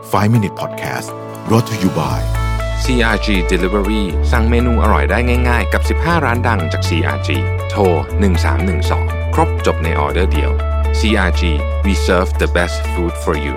5 Minute Podcast brought to you by CRG Delivery สั่งเมนูอร่อยได้ง่ายๆกับ15ร้านดังจาก CRG โทร1312ครบจบในออเดอร์เดียว CRG we serve the best food for you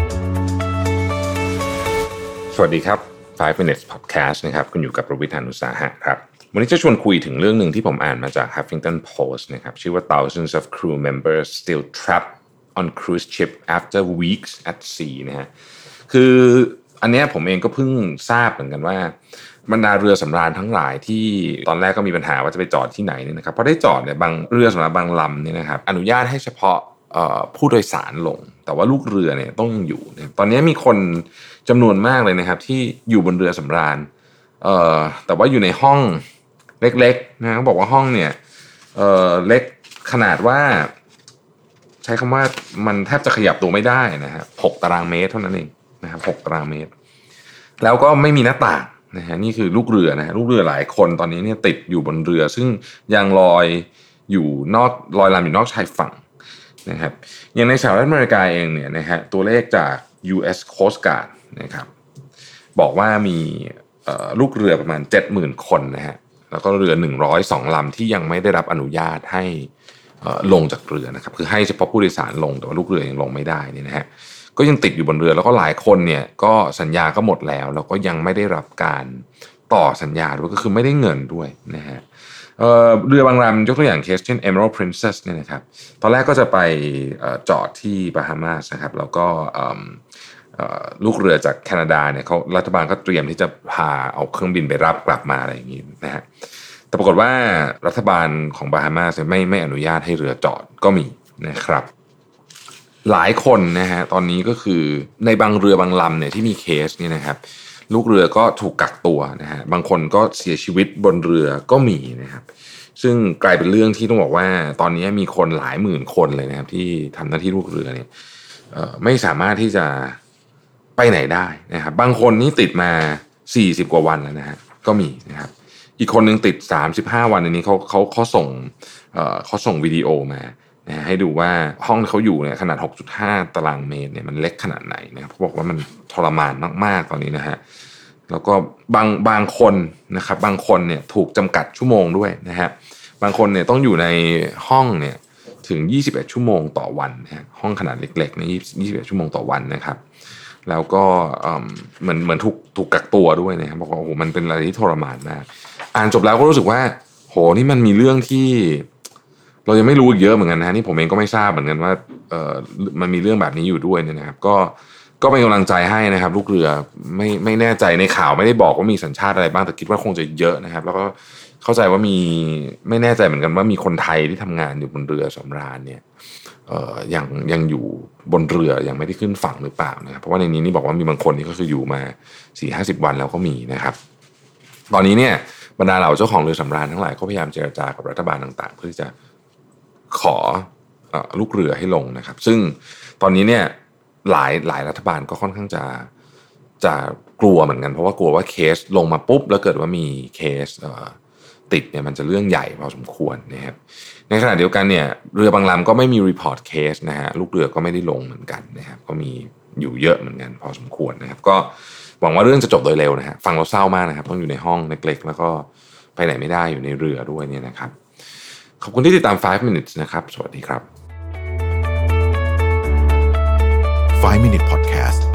สวัสดีครับ5 Minutes Podcast นะครับคุณอยู่กับประวิทย์ หาญอุตสาหะครับวันนี้จะชวนคุยถึงเรื่องหนึ่งที่ผมอ่านมาจาก Huffington Post นะครับชื่อว่า Thousands of crew members still trapped on cruise ship after weeks at sea นะฮะคืออันเนี้ยผมเองก็เพิ่งทราบเหมือนกันว่าบรรดาเรือสำราญทั้งหลายที่ตอนแรกก็มีปัญหาว่าจะไปจอดที่ไหนเนี่ยนะครับพอได้จอดเนี่ยบางเรือสำราญบางลำเนี่ยนะครับอนุญาตให้เฉพาะผู้โดยสารลงแต่ว่าลูกเรือเนี่ยต้องยังอยู่เนี่ยตอนนี้มีคนจำนวนมากเลยนะครับที่อยู่บนเรือสำราญแต่ว่าอยู่ในห้องเล็กๆนะเขาบอกว่าห้องเนี่ยเล็กขนาดว่าใช้คำว่ามันแทบจะขยับตัวไม่ได้นะฮะ6 ตารางเมตรเท่านั้นเองนะครับ6 ตารางเมตรแล้วก็ไม่มีหน้าต่างนะฮะนี่คือลูกเรือนะฮะลูกเรือหลายคนตอนนี้เนี่ยติดอยู่บนเรือซึ่งยังลอยลำอยู่นอกชายฝั่งนะครับอย่างในสหรัฐอเมริกาเองเนี่ยนะฮะตัวเลขจาก US Coast Guard นะครับบอกว่ามีลูกเรือประมาณ 70,000 คนนะฮะแล้วก็เรือ102 ลำที่ยังไม่ได้รับอนุญาตให้ลงจากเรือนะครับคือให้เฉพาะผู้โดยสารลงแต่ว่าลูกเรือยังลงไม่ได้นี่นะฮะก็ยังติดอยู่บนเรือแล้วก็หลายคนเนี่ยก็สัญญาก็หมดแล้วก็ยังไม่ได้รับการต่อสัญญาด้วยก็คือไม่ได้เงินด้วยนะฮะเรือบางลำยกตัวอย่างเคสเช่น Emerald Princess เนี่ยนะครับตอนแรกก็จะไปจอดที่บาฮามาสนะครับแล้วก็ลูกเรือจากแคนาดาเนี่ยเขารัฐบาลก็เตรียมที่จะพาเอาเครื่องบินไปรับกลับมาอะไรอย่างนี้นะฮะแต่ปรากฏว่ารัฐบาลของบาฮามาสไม่อนุญาตให้เรือจอดก็มีนะครับหลายคนนะฮะตอนนี้ก็คือในบางเรือบางลำเนี่ยที่มีเคสเนี่ยนะครับลูกเรือก็ถูกกักตัวนะฮะบางคนก็เสียชีวิตบนเรือก็มีนะครับซึ่งกลายเป็นเรื่องที่ต้องบอกว่าตอนนี้มีคนหลายหมื่นคนเลยนะครับที่ทำหน้าที่ลูกเรือเนี่ยไม่สามารถที่จะไปไหนได้นะครับบางคนนี่ติดมา40 กว่าวันแล้วนะฮะก็มีนะครับอีกคนนึงติด35 วันอันนี้เขาส่งวิดีโอมาให้ดูว่าห้องที่เขาอยู่เนี่ยขนาด 6.5 ตารางเมตรเนี่ยมันเล็กขนาดไหนนะครับเขาบอกว่ามันทรมานมากๆตอนนี้นะฮะแล้วก็บางคนนะครับบางคนเนี่ยถูกจำกัดชั่วโมงด้วยนะฮะบางคนเนี่ยต้องอยู่ในห้องเนี่ยถึง21 ชั่วโมงต่อวันนะฮะห้องขนาดเล็กๆใน21 ชั่วโมงต่อวันนะครับแล้วก็เหมือนถูกกักตัวด้วยนะครับบอกว่าโอ้โหมันเป็นอะไรที่ทรมานมากอ่านจบแล้วก็รู้สึกว่าโหนี่มันมีเรื่องที่เรายังไม่รู้อีกเยอะเหมือนกันนะนี่ผมเองก็ไม่ทราบเหมือนกันว่ามันมีเรื่องแบบนี้อยู่ด้วยเนี่ยนะครับก็เป็นกำลังใจให้นะครับลูกเรือไม่แน่ใจในข่าวไม่ได้บอกว่ามีสัญชาติอะไรบ้างแต่คิดว่าคงจะเยอะนะครับแล้วก็เข้าใจว่าไม่แน่ใจเหมือนกันว่ามีคนไทยที่ทำงานอยู่บนเรือสำราญเนี่ยยังอยู่บนเรือยังไม่ได้ขึ้นฝั่งหรือเปล่านะครับเพราะว่าในนี้นี่บอกว่ามีบางคนที่ก็คืออยู่มา 4-50 วันแล้วก็มีนะครับตอนนี้เนี่ยบรรดาเหล่าเจ้าของเรือสำราญทั้งหลายก็พยายามเจรจากับรัฐบาลต่างๆเพื่อที่จะขอลูกเรือให้ลงนะครับซึ่งตอนนี้เนี่ยหลายรัฐบาลก็ค่อนข้างจะกลัวเหมือนกันเพราะว่ากลัวว่าเคสลงมาปุ๊บแล้วเกิดว่ามีเคสติดเนี่ยมันจะเรื่องใหญ่พอสมควรนะครับในขณะเดียวกันเนี่ยเรือบางลำก็ไม่มีรีพอร์ตเคสนะฮะลูกเรือก็ไม่ได้ลงเหมือนกันนะครับก็มีอยู่เยอะเหมือนกันพอสมควรนะครับก็หวังว่าเรื่องจะจบโดยเร็วนะฮะฟังเราเศร้ามากนะครับต้องอยู่ในห้องเล็กๆแล้วก็ไปไหนไม่ได้อยู่ในเรือด้วยเนี่ยนะครับขอบคุณที่ติดตาม5 minutes นะครับสวัสดีครับ 5 Minute Podcast